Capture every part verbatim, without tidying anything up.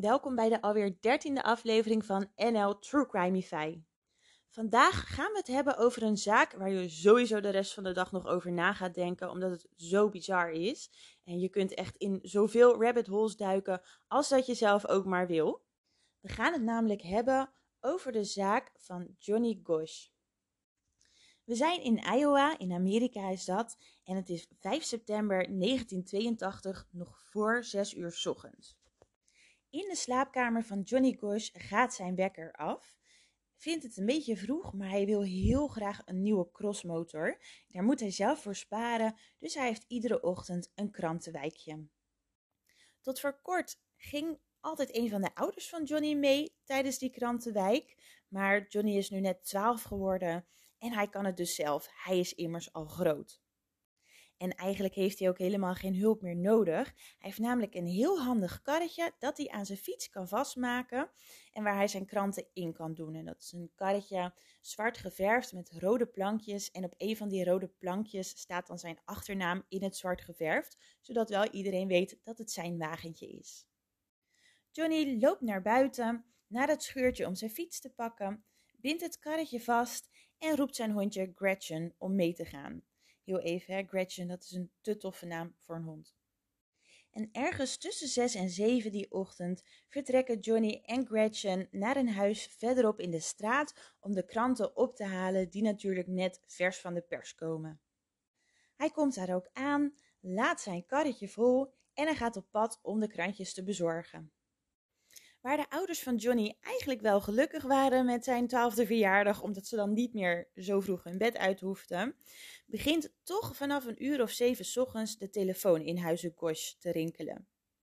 welkom bij de alweer dertiende aflevering van N L True Crimeify. Vandaag gaan we het hebben over een zaak waar je sowieso de rest van de dag nog over na gaat denken, omdat het zo bizar is. En je kunt echt in zoveel rabbit holes duiken als dat je zelf ook maar wil. We gaan het namelijk hebben over de zaak van Johnny Gosch. We zijn in Iowa, in Amerika is dat, en het is vijf september negentien tweeëntachtig, nog voor zes uur 's ochtends. In de slaapkamer van Johnny Gosch gaat zijn wekker af. Vindt het een beetje vroeg, maar hij wil heel graag een nieuwe crossmotor. Daar moet hij zelf voor sparen, dus hij heeft iedere ochtend een krantenwijkje. Tot voor kort ging altijd een van de ouders van Johnny mee tijdens die krantenwijk. Maar Johnny is nu net twaalf geworden en hij kan het dus zelf. Hij is immers al groot. En eigenlijk heeft hij ook helemaal geen hulp meer nodig. Hij heeft namelijk een heel handig karretje dat hij aan zijn fiets kan vastmaken en waar hij zijn kranten in kan doen. En dat is een karretje zwart geverfd met rode plankjes en op een van die rode plankjes staat dan zijn achternaam in het zwart geverfd, zodat wel iedereen weet dat het zijn wagentje is. Johnny loopt naar buiten, naar het schuurtje om zijn fiets te pakken, bindt het karretje vast en roept zijn hondje Gretchen om mee te gaan. Heel even, hè, Gretchen, dat is een te toffe naam voor een hond. En ergens tussen zes en zeven die ochtend vertrekken Johnny en Gretchen naar een huis verderop in de straat om de kranten op te halen die natuurlijk net vers van de pers komen. Hij komt daar ook aan, laat zijn karretje vol en hij gaat op pad om de krantjes te bezorgen. Waar de ouders van Johnny eigenlijk wel gelukkig waren met zijn twaalfde verjaardag, omdat ze dan niet meer zo vroeg hun bed uit hoefden, begint toch vanaf een uur of zeven 's ochtends de telefoon in huize Gosch te rinkelen.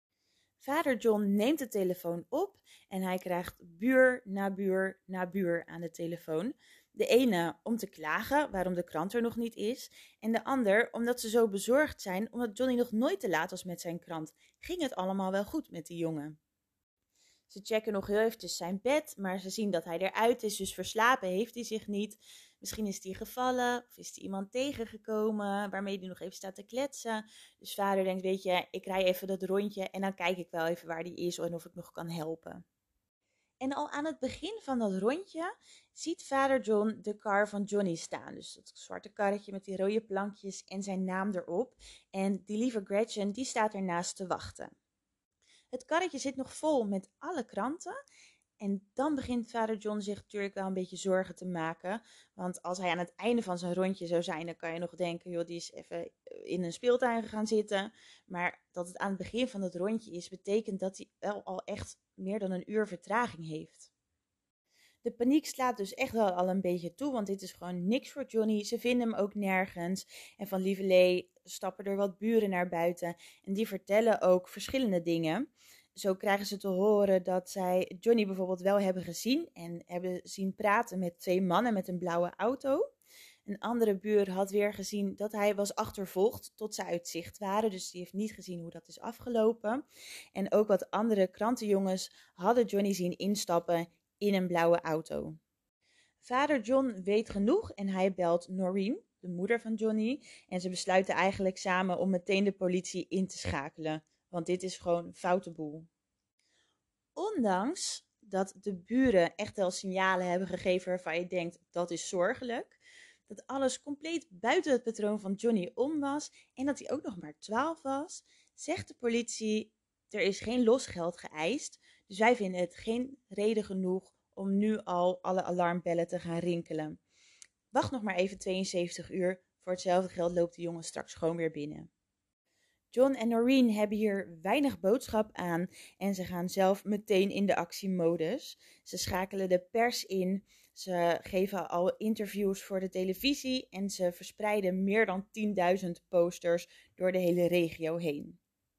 Vader John neemt de telefoon op en hij krijgt buur na buur na buur aan de telefoon. De ene om te klagen waarom de krant er nog niet is en de ander omdat ze zo bezorgd zijn omdat Johnny nog nooit te laat was met zijn krant. Ging het allemaal wel goed met die jongen? Ze checken nog heel eventjes zijn bed, maar ze zien dat hij eruit is, dus verslapen heeft hij zich niet. Misschien is hij gevallen of is hij iemand tegengekomen waarmee hij nog even staat te kletsen. Dus vader denkt, weet je, ik rij even dat rondje en dan kijk ik wel even waar hij is en of ik nog kan helpen. En al aan het begin van dat rondje ziet vader John de kar van Johnny staan. Dus dat zwarte karretje met die rode plankjes en zijn naam erop. En die lieve Gretchen, die staat ernaast te wachten. Het karretje zit nog vol met alle kranten en dan begint vader John zich natuurlijk wel een beetje zorgen te maken. Want als hij aan het einde van zijn rondje zou zijn, dan kan je nog denken, joh, die is even in een speeltuin gaan zitten. Maar dat het aan het begin van het rondje is, betekent dat hij wel al echt meer dan een uur vertraging heeft. De paniek slaat dus echt wel al een beetje toe, want dit is gewoon niks voor Johnny. Ze vinden hem ook nergens. En van lieverlee stappen er wat buren naar buiten en die vertellen ook verschillende dingen. Zo krijgen ze te horen dat zij Johnny bijvoorbeeld wel hebben gezien en hebben zien praten met twee mannen met een blauwe auto. Een andere buur had weer gezien dat hij was achtervolgd tot ze uit zicht waren, dus die heeft niet gezien hoe dat is afgelopen. En ook wat andere krantenjongens hadden Johnny zien instappen in een blauwe auto. Vader John weet genoeg en hij belt Noreen, de moeder van Johnny, en ze besluiten eigenlijk samen om meteen de politie in te schakelen, want dit is gewoon een foute boel. Ondanks dat de buren echt wel signalen hebben gegeven waarvan je denkt dat is zorgelijk, dat alles compleet buiten het patroon van Johnny om was en dat hij ook nog maar twaalf was, zegt de politie, er is geen losgeld geëist, dus wij vinden het geen reden genoeg om nu al alle alarmbellen te gaan rinkelen. Wacht nog maar even tweeënzeventig uur, voor hetzelfde geld loopt de jongen straks gewoon weer binnen. John en Noreen hebben hier weinig boodschap aan en ze gaan zelf meteen in de actiemodus. Ze schakelen de pers in, ze geven al interviews voor de televisie en ze verspreiden meer dan tienduizend posters door de hele regio heen.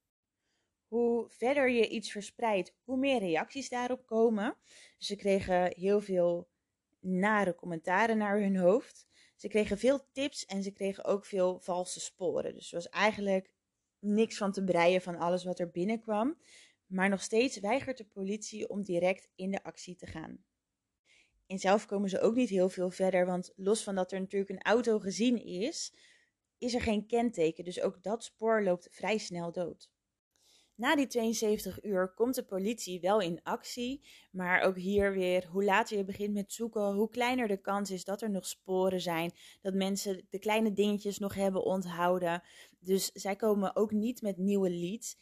Hoe verder je iets verspreidt, hoe meer reacties daarop komen. Ze kregen heel veel nare commentaren naar hun hoofd. Ze kregen veel tips en ze kregen ook veel valse sporen. Dus er was eigenlijk niks van te breien van alles wat er binnenkwam. Maar nog steeds weigert de politie om direct in de actie te gaan. En zelf komen ze ook niet heel veel verder, want los van dat er natuurlijk een auto gezien is, is er geen kenteken. Dus ook dat spoor loopt vrij snel dood. Na die tweeënzeventig uur komt de politie wel in actie, maar ook hier weer, hoe later je begint met zoeken, hoe kleiner de kans is dat er nog sporen zijn, dat mensen de kleine dingetjes nog hebben onthouden. Dus zij komen ook niet met nieuwe leads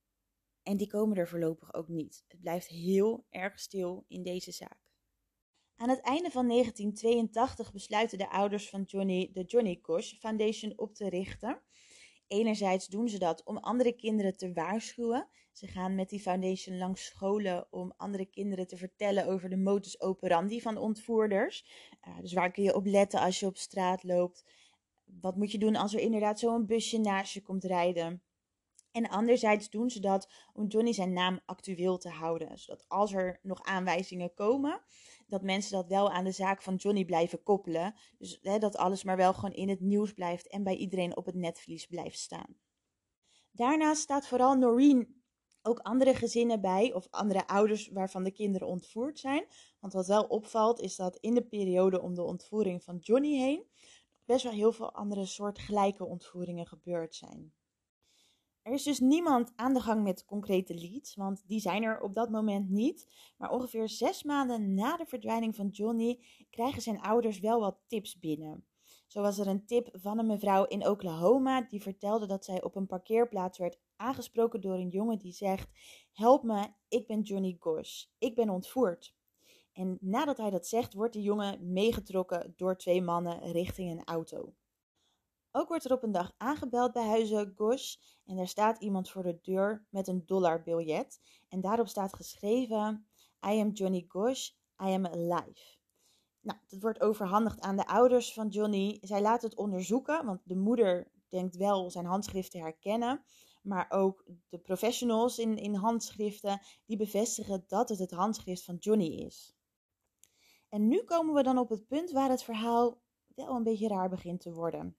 en die komen er voorlopig ook niet. Het blijft heel erg stil in deze zaak. Aan het einde van negentien tweeëntachtig besluiten de ouders van Johnny de Johnny Gosch Foundation op te richten. Enerzijds doen ze dat om andere kinderen te waarschuwen. Ze gaan met die foundation langs scholen om andere kinderen te vertellen over de modus operandi van ontvoerders. Uh, dus waar kun je op letten als je op straat loopt? Wat moet je doen als er inderdaad zo'n busje naast je komt rijden? En anderzijds doen ze dat om Johnny zijn naam actueel te houden. Zodat als er nog aanwijzingen komen, dat mensen dat wel aan de zaak van Johnny blijven koppelen. Dus hè, dat alles maar wel gewoon in het nieuws blijft en bij iedereen op het netvlies blijft staan. Daarnaast staat vooral Noreen ook andere gezinnen bij, of andere ouders waarvan de kinderen ontvoerd zijn. Want wat wel opvalt is dat in de periode om de ontvoering van Johnny heen best wel heel veel andere soortgelijke ontvoeringen gebeurd zijn. Er is dus niemand aan de gang met concrete leads, want die zijn er op dat moment niet. Maar ongeveer zes maanden na de verdwijning van Johnny krijgen zijn ouders wel wat tips binnen. Zo was er een tip van een mevrouw in Oklahoma die vertelde dat zij op een parkeerplaats werd aangesproken door een jongen die zegt: "Help me, ik ben Johnny Gosch, ik ben ontvoerd." En nadat hij dat zegt, wordt de jongen meegetrokken door twee mannen richting een auto. Ook wordt er op een dag aangebeld bij huizen Gosch en daar staat iemand voor de deur met een dollarbiljet. En daarop staat geschreven: "I am Johnny Gosch, I am alive." Nou, dat wordt overhandigd aan de ouders van Johnny. Zij laten het onderzoeken, want de moeder denkt wel zijn handschrift te herkennen. Maar ook de professionals in, in handschriften, die bevestigen dat het het handschrift van Johnny is. En nu komen we dan op het punt waar het verhaal wel een beetje raar begint te worden.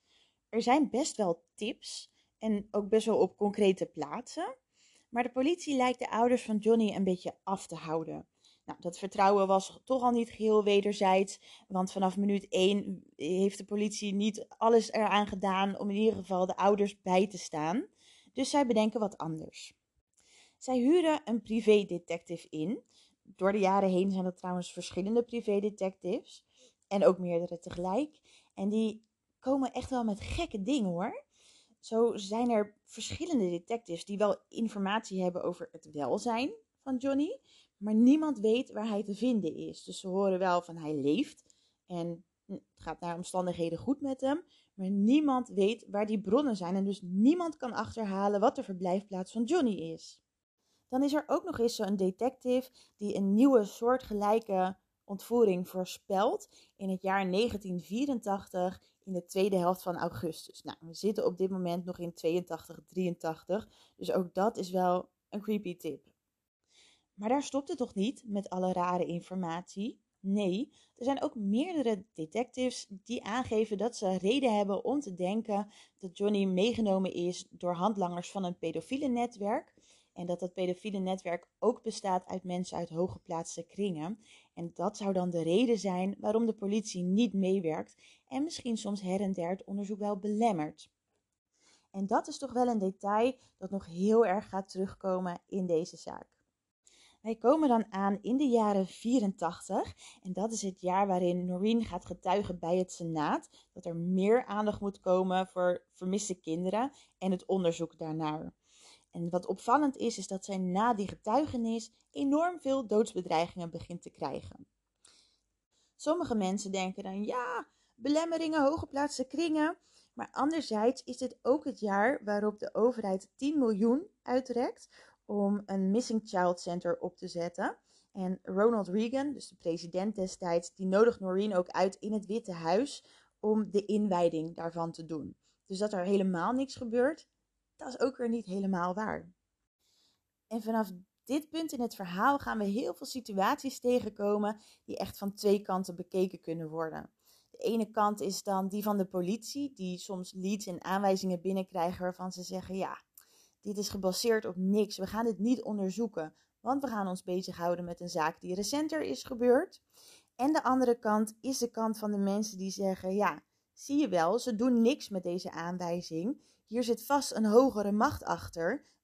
Er zijn best wel tips en ook best wel op concrete plaatsen. Maar de politie lijkt de ouders van Johnny een beetje af te houden. Nou, dat vertrouwen was toch al niet geheel wederzijds. Want vanaf minuut één heeft de politie niet alles eraan gedaan om in ieder geval de ouders bij te staan. Dus zij bedenken wat anders. Zij huren een privédetective in. Door de jaren heen zijn er trouwens verschillende privédetectives. En ook meerdere tegelijk. En die komen echt wel met gekke dingen hoor. Zo zijn er verschillende detectives die wel informatie hebben over het welzijn van Johnny, maar niemand weet waar hij te vinden is. Dus ze horen wel van hij leeft en het gaat naar omstandigheden goed met hem, maar niemand weet waar die bronnen zijn en dus niemand kan achterhalen wat de verblijfplaats van Johnny is. Dan is er ook nog eens zo'n detective die een nieuwe soortgelijke ontvoering voorspelt in het jaar negentien vierentachtig in de tweede helft van augustus. Nou, we zitten op dit moment nog in tweeëntachtig drieëntachtig, dus ook dat is wel een creepy tip. Maar daar stopt het toch niet met alle rare informatie? Nee, er zijn ook meerdere detectives die aangeven dat ze reden hebben om te denken dat Johnny meegenomen is door handlangers van een pedofiele netwerk. En dat dat pedofiele netwerk ook bestaat uit mensen uit hooggeplaatste kringen. En dat zou dan de reden zijn waarom de politie niet meewerkt en misschien soms her en der het onderzoek wel belemmert. En dat is toch wel een detail dat nog heel erg gaat terugkomen in deze zaak. Wij komen dan aan in de jaren vierentachtig en dat is het jaar waarin Noreen gaat getuigen bij het Senaat dat er meer aandacht moet komen voor vermiste kinderen en het onderzoek daarnaar. En wat opvallend is, is dat zij na die getuigenis enorm veel doodsbedreigingen begint te krijgen. Sommige mensen denken dan, ja, belemmeringen, hooggeplaatste kringen. Maar anderzijds is dit ook het jaar waarop de overheid tien miljoen uitrekt om een Missing Child Center op te zetten. En Ronald Reagan, dus de president destijds, die nodigt Noreen ook uit in het Witte Huis om de inwijding daarvan te doen. Dus dat er helemaal niks gebeurt, dat is ook weer niet helemaal waar. En vanaf dit punt in het verhaal gaan we heel veel situaties tegenkomen die echt van twee kanten bekeken kunnen worden. De ene kant is dan die van de politie, die soms leads en aanwijzingen binnenkrijgen waarvan ze zeggen, ja, dit is gebaseerd op niks, we gaan dit niet onderzoeken, want we gaan ons bezighouden met een zaak die recenter is gebeurd. En de andere kant is de kant van de mensen die zeggen, ja, zie je wel, ze doen niks met deze aanwijzing. Hier zit vast een hogere macht achter,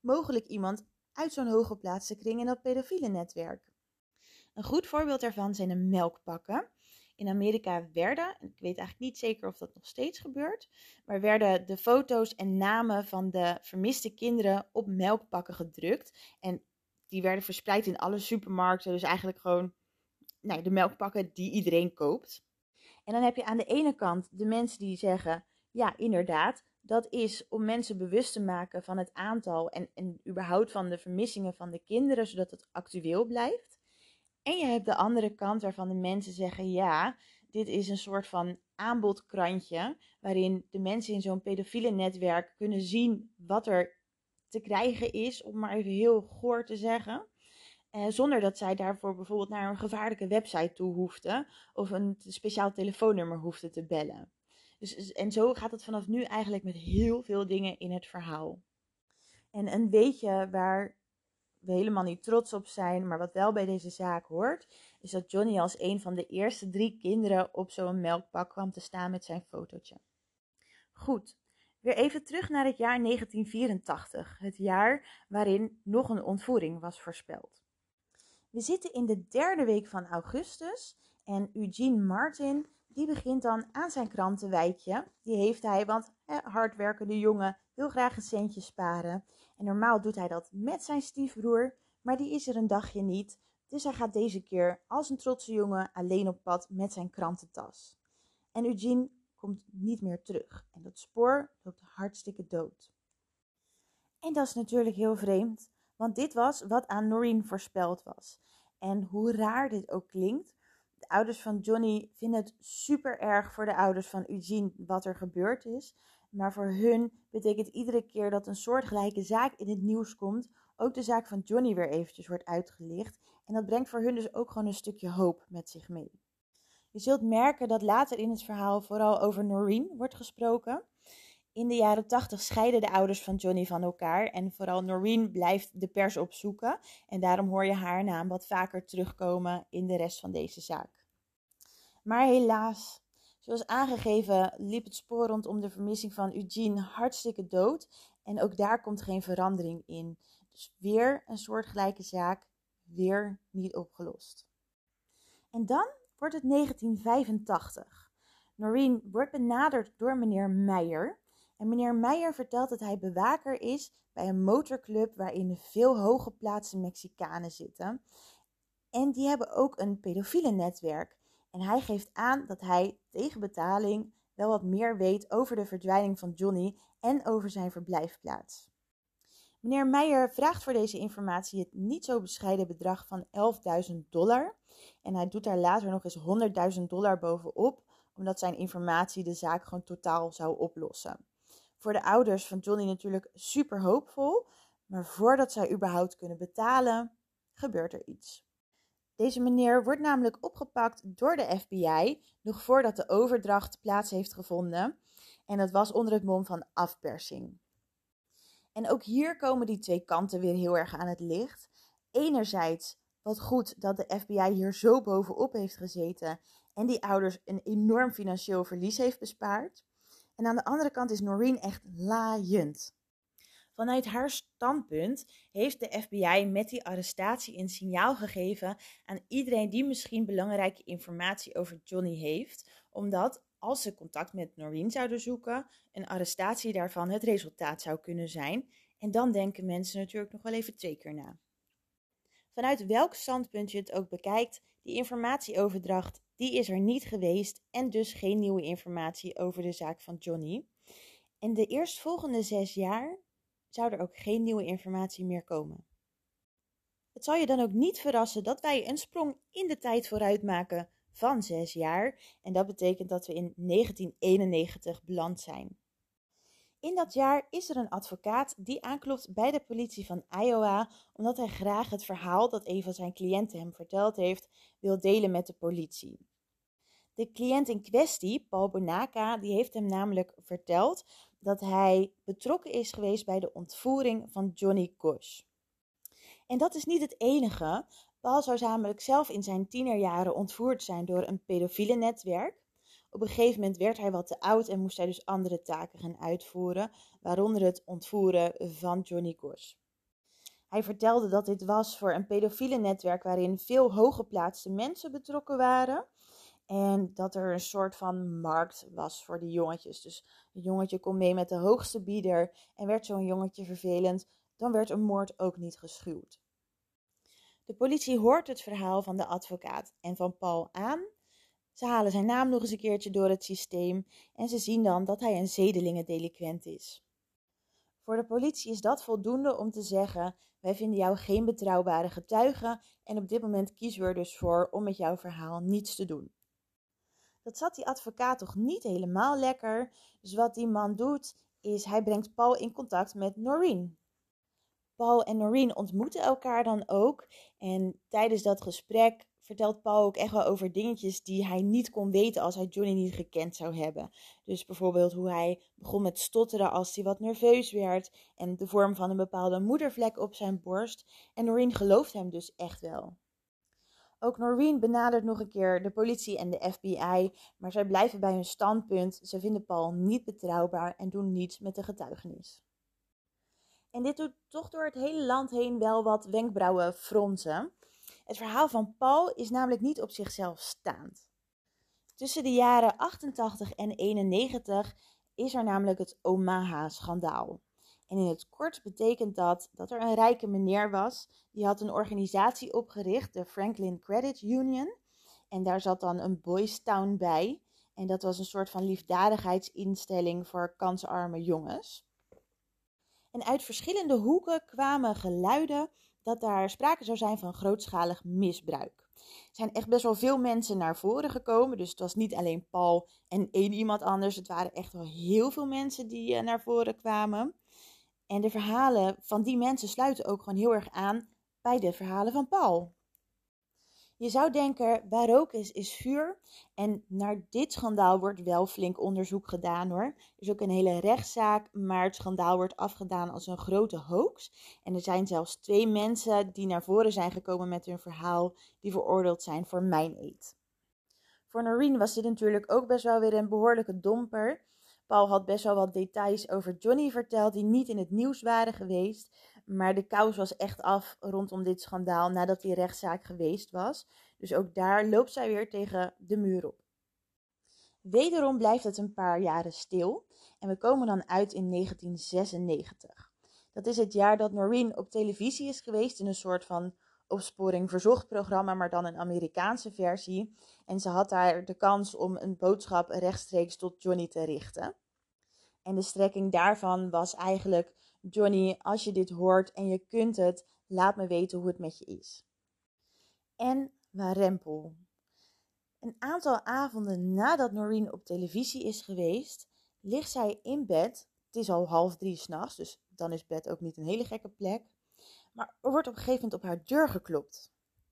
mogelijk iemand uit zo'n hooggeplaatste kring in dat pedofiele netwerk. Een goed voorbeeld daarvan zijn de melkpakken. In Amerika werden, en ik weet eigenlijk niet zeker of dat nog steeds gebeurt, maar werden de foto's en namen van de vermiste kinderen op melkpakken gedrukt. En die werden verspreid in alle supermarkten, dus eigenlijk gewoon nou, de melkpakken die iedereen koopt. En dan heb je aan de ene kant de mensen die zeggen, ja inderdaad, dat is om mensen bewust te maken van het aantal en, en überhaupt van de vermissingen van de kinderen, zodat het actueel blijft. En je hebt de andere kant waarvan de mensen zeggen, ja, dit is een soort van aanbodkrantje, waarin de mensen in zo'n pedofiele netwerk kunnen zien wat er te krijgen is, om maar even heel goor te zeggen. Eh, zonder dat zij daarvoor bijvoorbeeld naar een gevaarlijke website toe hoefden of een speciaal telefoonnummer hoefden te bellen. Dus, en zo gaat het vanaf nu eigenlijk met heel veel dingen in het verhaal. En een weetje waar we helemaal niet trots op zijn, maar wat wel bij deze zaak hoort, is dat Johnny als een van de eerste drie kinderen op zo'n melkpak kwam te staan met zijn fotootje. Goed, weer even terug naar het jaar negentien vierentachtig, het jaar waarin nog een ontvoering was voorspeld. We zitten in de derde week van augustus en Eugene Martin die begint dan aan zijn krantenwijkje. Die heeft hij, want hè, hardwerkende jongen wil graag een centje sparen. En normaal doet hij dat met zijn stiefbroer, maar die is er een dagje niet. Dus hij gaat deze keer als een trotse jongen alleen op pad met zijn krantentas. En Eugene komt niet meer terug en dat spoor loopt hartstikke dood. En dat is natuurlijk heel vreemd, want dit was wat aan Noreen voorspeld was. En hoe raar dit ook klinkt, de ouders van Johnny vinden het super erg voor de ouders van Eugene wat er gebeurd is. Maar voor hun betekent iedere keer dat een soortgelijke zaak in het nieuws komt, ook de zaak van Johnny weer eventjes wordt uitgelicht. En dat brengt voor hun dus ook gewoon een stukje hoop met zich mee. Je zult merken dat later in het verhaal vooral over Noreen wordt gesproken. In de jaren tachtig scheiden de ouders van Johnny van elkaar en vooral Noreen blijft de pers opzoeken. En daarom hoor je haar naam wat vaker terugkomen in de rest van deze zaak. Maar helaas, zoals aangegeven liep het spoor rondom de vermissing van Eugene hartstikke dood. En ook daar komt geen verandering in. Dus weer een soortgelijke zaak, weer niet opgelost. En dan wordt het negentien vijfentachtig. Noreen wordt benaderd door meneer Meijer. En meneer Meijer vertelt dat hij bewaker is bij een motorclub waarin veel hooggeplaatste Mexicanen zitten. En die hebben ook een pedofiele netwerk. En hij geeft aan dat hij tegen betaling wel wat meer weet over de verdwijning van Johnny en over zijn verblijfplaats. Meneer Meijer vraagt voor deze informatie het niet zo bescheiden bedrag van elfduizend dollar. En hij doet daar later nog eens honderdduizend dollar bovenop, omdat zijn informatie de zaak gewoon totaal zou oplossen. Voor de ouders van Johnny natuurlijk super hoopvol, maar voordat zij überhaupt kunnen betalen, gebeurt er iets. Deze meneer wordt namelijk opgepakt door de F B I, nog voordat de overdracht plaats heeft gevonden. En dat was onder het mom van afpersing. En ook hier komen die twee kanten weer heel erg aan het licht. Enerzijds, wat goed dat de F B I hier zo bovenop heeft gezeten en die ouders een enorm financieel verlies heeft bespaard. En aan de andere kant is Noreen echt laaiend. Vanuit haar standpunt heeft de F B I met die arrestatie een signaal gegeven aan iedereen die misschien belangrijke informatie over Johnny heeft, omdat als ze contact met Noreen zouden zoeken, een arrestatie daarvan het resultaat zou kunnen zijn. En dan denken mensen natuurlijk nog wel even twee keer na. Vanuit welk standpunt je het ook bekijkt, die informatieoverdracht die is er niet geweest en dus geen nieuwe informatie over de zaak van Johnny. En de eerstvolgende zes jaar zou er ook geen nieuwe informatie meer komen. Het zal je dan ook niet verrassen dat wij een sprong in de tijd vooruit maken van zes jaar. En dat betekent dat we in negentien eenennegentig beland zijn. In dat jaar is er een advocaat die aanklopt bij de politie van Iowa, omdat hij graag het verhaal dat een van zijn cliënten hem verteld heeft, wil delen met de politie. De cliënt in kwestie, Paul Bonaca, die heeft hem namelijk verteld dat hij betrokken is geweest bij de ontvoering van Johnny Gosch. En dat is niet het enige. Paul zou namelijk zelf in zijn tienerjaren ontvoerd zijn door een pedofiele netwerk. Op een gegeven moment werd hij wat te oud en moest hij dus andere taken gaan uitvoeren, waaronder het ontvoeren van Johnny Gosch. Hij vertelde dat dit was voor een pedofiele netwerk waarin veel hooggeplaatste mensen betrokken waren. En dat er een soort van markt was voor die jongetjes. Dus een jongetje kon mee met de hoogste bieder. En werd zo'n jongetje vervelend, dan werd een moord ook niet geschuwd. De politie hoort het verhaal van de advocaat en van Paul aan. Ze halen zijn naam nog eens een keertje door het systeem. En ze zien dan dat hij een zedelingendelinquent is. Voor de politie is dat voldoende om te zeggen: wij vinden jou geen betrouwbare getuige. En op dit moment kiezen we er dus voor om met jouw verhaal niets te doen. Dat zat die advocaat toch niet helemaal lekker. Dus wat die man doet, is hij brengt Paul in contact met Noreen. Paul en Noreen ontmoeten elkaar dan ook. En tijdens dat gesprek vertelt Paul ook echt wel over dingetjes die hij niet kon weten als hij Johnny niet gekend zou hebben. Dus bijvoorbeeld hoe hij begon met stotteren als hij wat nerveus werd. En de vorm van een bepaalde moedervlek op zijn borst. En Noreen gelooft hem dus echt wel. Ook Noreen benadert nog een keer de politie en de F B I, maar zij blijven bij hun standpunt. Ze vinden Paul niet betrouwbaar en doen niets met de getuigenis. En dit doet toch door het hele land heen wel wat wenkbrauwen fronsen. Het verhaal van Paul is namelijk niet op zichzelf staand. Tussen de jaren achtentachtig en eenennegentig is er namelijk het Omaha-schandaal. En in het kort betekent dat dat er een rijke meneer was, die had een organisatie opgericht, de Franklin Credit Union. En daar zat dan een Boys Town bij. En dat was een soort van liefdadigheidsinstelling voor kansarme jongens. En uit verschillende hoeken kwamen geluiden dat daar sprake zou zijn van grootschalig misbruik. Er zijn echt best wel veel mensen naar voren gekomen. Dus het was niet alleen Paul en één iemand anders. Het waren echt wel heel veel mensen die naar voren kwamen. En de verhalen van die mensen sluiten ook gewoon heel erg aan bij de verhalen van Paul. Je zou denken, waar rook is, is vuur. En naar dit schandaal wordt wel flink onderzoek gedaan hoor. Er is ook een hele rechtszaak, maar het schandaal wordt afgedaan als een grote hoax. En er zijn zelfs twee mensen die naar voren zijn gekomen met hun verhaal, die veroordeeld zijn voor meineed. Voor Noreen was dit natuurlijk ook best wel weer een behoorlijke domper. Paul had best wel wat details over Johnny verteld die niet in het nieuws waren geweest. Maar de kous was echt af rondom dit schandaal nadat die rechtszaak geweest was. Dus ook daar loopt zij weer tegen de muur op. Wederom blijft het een paar jaren stil. En we komen dan uit in negentien zesennegentig. Dat is het jaar dat Noreen op televisie is geweest in een soort van opsporing verzocht programma, maar dan een Amerikaanse versie. En ze had daar de kans om een boodschap rechtstreeks tot Johnny te richten. En de strekking daarvan was eigenlijk: Johnny, als je dit hoort en je kunt het, laat me weten hoe het met je is. En warempel. Een aantal avonden nadat Noreen op televisie is geweest, ligt zij in bed. Het is al half drie 's nachts, dus dan is bed ook niet een hele gekke plek. Maar er wordt op een gegeven moment op haar deur geklopt.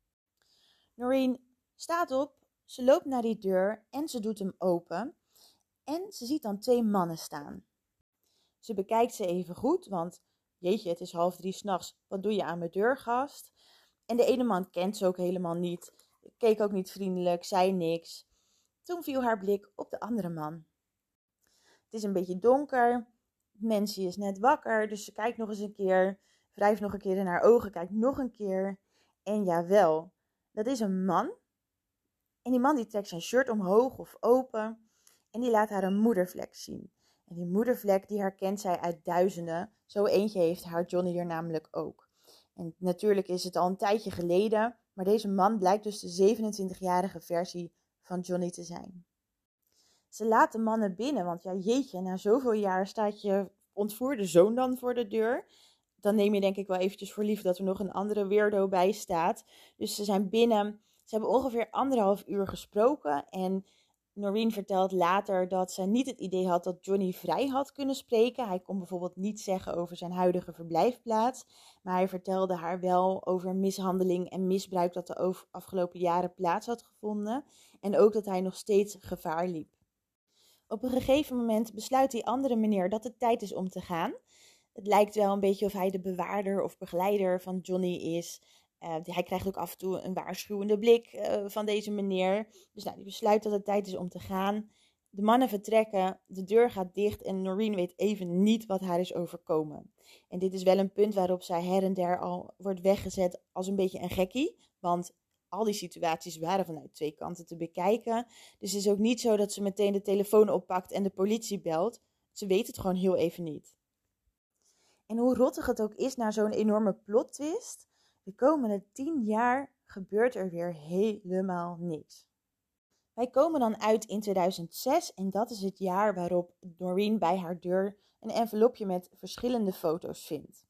Noreen staat op, ze loopt naar die deur en ze doet hem open. En ze ziet dan twee mannen staan. Ze bekijkt ze even goed, want jeetje, het is half drie 's nachts. Wat doe je aan mijn deur, gast? En de ene man kent ze ook helemaal niet. Keek ook niet vriendelijk, zei niks. Toen viel haar blik op de andere man. Het is een beetje donker. Het mensje is net wakker, dus ze kijkt nog eens een keer. Wrijft nog een keer in haar ogen, kijkt nog een keer. En jawel, dat is een man. En die man die trekt zijn shirt omhoog of open. En die laat haar een moedervlek zien. En die moedervlek die herkent zij uit duizenden. Zo eentje heeft haar Johnny er namelijk ook. En natuurlijk is het al een tijdje geleden. Maar deze man blijkt dus de zevenentwintigjarige versie van Johnny te zijn. Ze laat de mannen binnen. Want ja jeetje, na zoveel jaar staat je ontvoerde zoon dan voor de deur. Dan neem je denk ik wel eventjes voor lief dat er nog een andere weirdo bij staat. Dus ze zijn binnen. Ze hebben ongeveer anderhalf uur gesproken. En Noreen vertelt later dat ze niet het idee had dat Johnny vrij had kunnen spreken. Hij kon bijvoorbeeld niet zeggen over zijn huidige verblijfplaats. Maar hij vertelde haar wel over mishandeling en misbruik dat de afgelopen jaren plaats had gevonden. En ook dat hij nog steeds gevaar liep. Op een gegeven moment besluit die andere meneer dat het tijd is om te gaan. Het lijkt wel een beetje of hij de bewaarder of begeleider van Johnny is. Uh, hij krijgt ook af en toe een waarschuwende blik uh, van deze meneer. Dus nou, die besluit dat het tijd is om te gaan. De mannen vertrekken, de deur gaat dicht en Noreen weet even niet wat haar is overkomen. En dit is wel een punt waarop zij her en der al wordt weggezet als een beetje een gekkie. Want al die situaties waren vanuit twee kanten te bekijken. Dus het is ook niet zo dat ze meteen de telefoon oppakt en de politie belt. Ze weet het gewoon heel even niet. En hoe rottig het ook is na zo'n enorme plot twist, de komende tien jaar gebeurt er weer helemaal niks. Wij komen dan uit in tweeduizend zes en dat is het jaar waarop Noreen bij haar deur een envelopje met verschillende foto's vindt.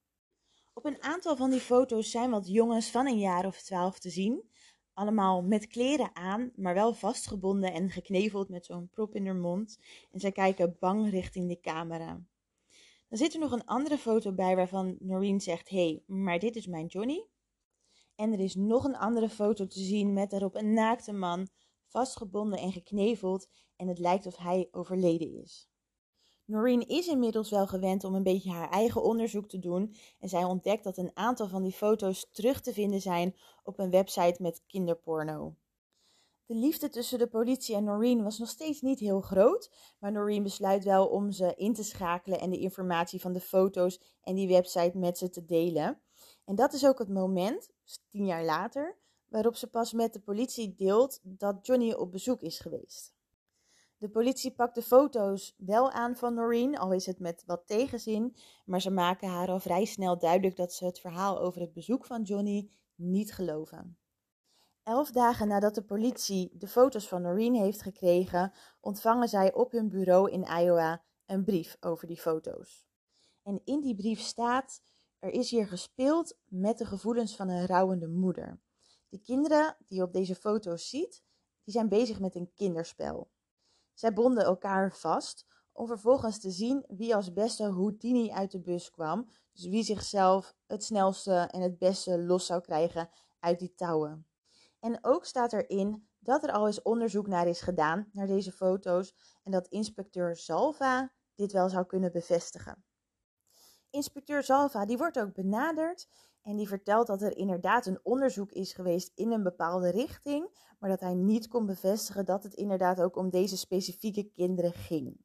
Op een aantal van die foto's zijn wat jongens van een jaar of twaalf te zien. Allemaal met kleren aan, maar wel vastgebonden en gekneveld met zo'n prop in hun mond. En zij kijken bang richting de camera. Dan zit er nog een andere foto bij waarvan Noreen zegt, hé, hey, maar dit is mijn Johnny. En er is nog een andere foto te zien met daarop een naakte man, vastgebonden en gekneveld. En het lijkt of hij overleden is. Noreen is inmiddels wel gewend om een beetje haar eigen onderzoek te doen. En zij ontdekt dat een aantal van die foto's terug te vinden zijn op een website met kinderporno. De liefde tussen de politie en Noreen was nog steeds niet heel groot, maar Noreen besluit wel om ze in te schakelen en de informatie van de foto's en die website met ze te delen. En dat is ook het moment, tien jaar later, waarop ze pas met de politie deelt dat Johnny op bezoek is geweest. De politie pakt de foto's wel aan van Noreen, al is het met wat tegenzin, maar ze maken haar al vrij snel duidelijk dat ze het verhaal over het bezoek van Johnny niet geloven. Elf dagen nadat de politie de foto's van Noreen heeft gekregen, ontvangen zij op hun bureau in Iowa een brief over die foto's. En in die brief staat, er is hier gespeeld met de gevoelens van een rouwende moeder. De kinderen die je op deze foto's ziet, die zijn bezig met een kinderspel. Zij bonden elkaar vast om vervolgens te zien wie als beste Houdini uit de bus kwam. Dus wie zichzelf het snelste en het beste los zou krijgen uit die touwen. En ook staat erin dat er al eens onderzoek naar is gedaan, naar deze foto's, en dat inspecteur Zalva dit wel zou kunnen bevestigen. Inspecteur Zalva die wordt ook benaderd en die vertelt dat er inderdaad een onderzoek is geweest in een bepaalde richting, maar dat hij niet kon bevestigen dat het inderdaad ook om deze specifieke kinderen ging.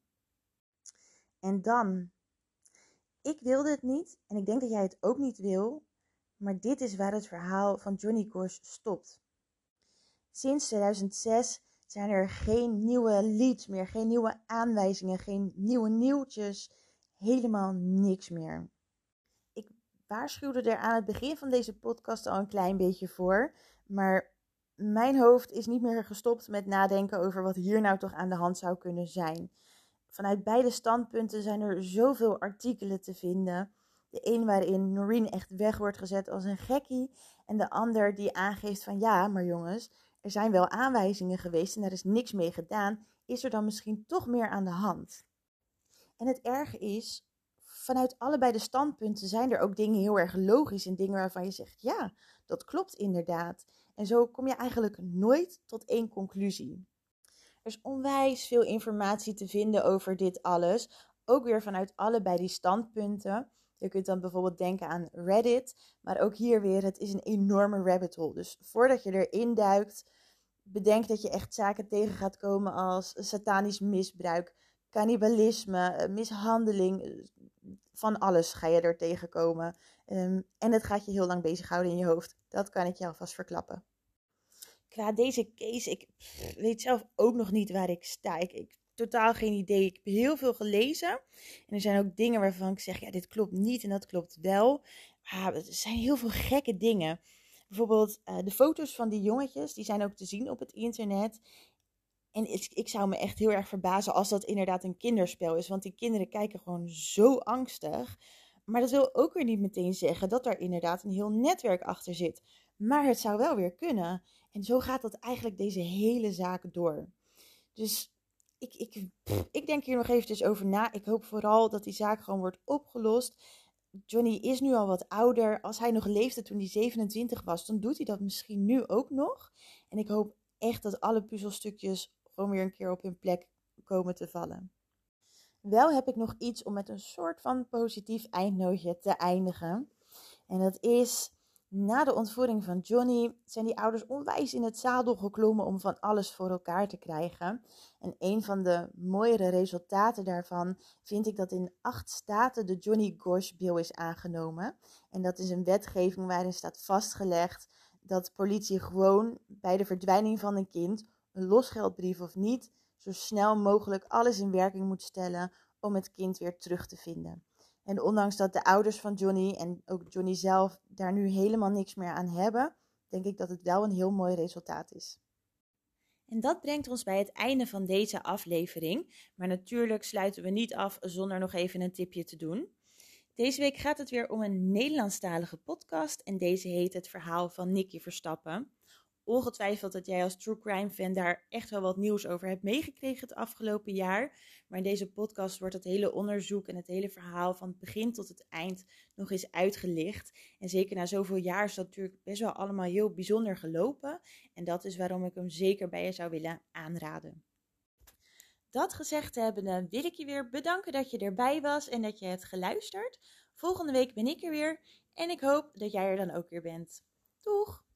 En dan, ik wilde het niet en ik denk dat jij het ook niet wil, maar dit is waar het verhaal van Johnny Gosch stopt. Sinds tweeduizend zes zijn er geen nieuwe leads meer, geen nieuwe aanwijzingen, geen nieuwe nieuwtjes, helemaal niks meer. Ik waarschuwde er aan het begin van deze podcast al een klein beetje voor, maar mijn hoofd is niet meer gestopt met nadenken over wat hier nou toch aan de hand zou kunnen zijn. Vanuit beide standpunten zijn er zoveel artikelen te vinden. De een waarin Noreen echt weg wordt gezet als een gekkie en de ander die aangeeft van ja, maar jongens, er zijn wel aanwijzingen geweest en daar is niks mee gedaan. Is er dan misschien toch meer aan de hand? En het erge is, vanuit allebei de standpunten zijn er ook dingen heel erg logisch en dingen waarvan je zegt, ja, dat klopt inderdaad. En zo kom je eigenlijk nooit tot één conclusie. Er is onwijs veel informatie te vinden over dit alles, ook weer vanuit allebei die standpunten. Je kunt dan bijvoorbeeld denken aan Reddit, maar ook hier weer, het is een enorme rabbit hole. Dus voordat je erin duikt, bedenk dat je echt zaken tegen gaat komen als satanisch misbruik, cannibalisme, mishandeling, van alles ga je er tegenkomen. Um, en het gaat je heel lang bezighouden in je hoofd. Dat kan ik je alvast verklappen. Qua deze case, ik pff, weet zelf ook nog niet waar ik sta. Ik, ik totaal geen idee. Ik heb heel veel gelezen. En er zijn ook dingen waarvan ik zeg, ja, dit klopt niet en dat klopt wel. Maar er zijn heel veel gekke dingen. Bijvoorbeeld uh, de foto's van die jongetjes, die zijn ook te zien op het internet. En ik, ik zou me echt heel erg verbazen als dat inderdaad een kinderspel is. Want die kinderen kijken gewoon zo angstig. Maar dat wil ook weer niet meteen zeggen dat er inderdaad een heel netwerk achter zit. Maar het zou wel weer kunnen. En zo gaat dat eigenlijk deze hele zaak door. Dus ik, ik, pff, ik denk hier nog eventjes over na. Ik hoop vooral dat die zaak gewoon wordt opgelost. Johnny is nu al wat ouder. Als hij nog leefde toen hij zevenentwintig was, dan doet hij dat misschien nu ook nog. En ik hoop echt dat alle puzzelstukjes gewoon weer een keer op hun plek komen te vallen. Wel heb ik nog iets om met een soort van positief eindnootje te eindigen. En dat is Na de ontvoering van Johnny zijn die ouders onwijs in het zadel geklommen om van alles voor elkaar te krijgen. En een van de mooiere resultaten daarvan vind ik dat in acht staten de Johnny Gosch Bill is aangenomen. En dat is een wetgeving waarin staat vastgelegd dat politie gewoon bij de verdwijning van een kind, een losgeldbrief of niet, zo snel mogelijk alles in werking moet stellen om het kind weer terug te vinden. En ondanks dat de ouders van Johnny en ook Johnny zelf daar nu helemaal niks meer aan hebben, denk ik dat het wel een heel mooi resultaat is. En dat brengt ons bij het einde van deze aflevering. Maar natuurlijk sluiten we niet af zonder nog even een tipje te doen. Deze week gaat het weer om een Nederlandstalige podcast en deze heet Het Verhaal van Nicky Verstappen. Ongetwijfeld dat jij als true crime fan daar echt wel wat nieuws over hebt meegekregen het afgelopen jaar. Maar in deze podcast wordt het hele onderzoek en het hele verhaal van het begin tot het eind nog eens uitgelicht. En zeker na zoveel jaar is dat natuurlijk best wel allemaal heel bijzonder gelopen. En dat is waarom ik hem zeker bij je zou willen aanraden. Dat gezegd hebbende wil ik je weer bedanken dat je erbij was en dat je hebt geluisterd. Volgende week ben ik er weer en ik hoop dat jij er dan ook weer bent. Doeg!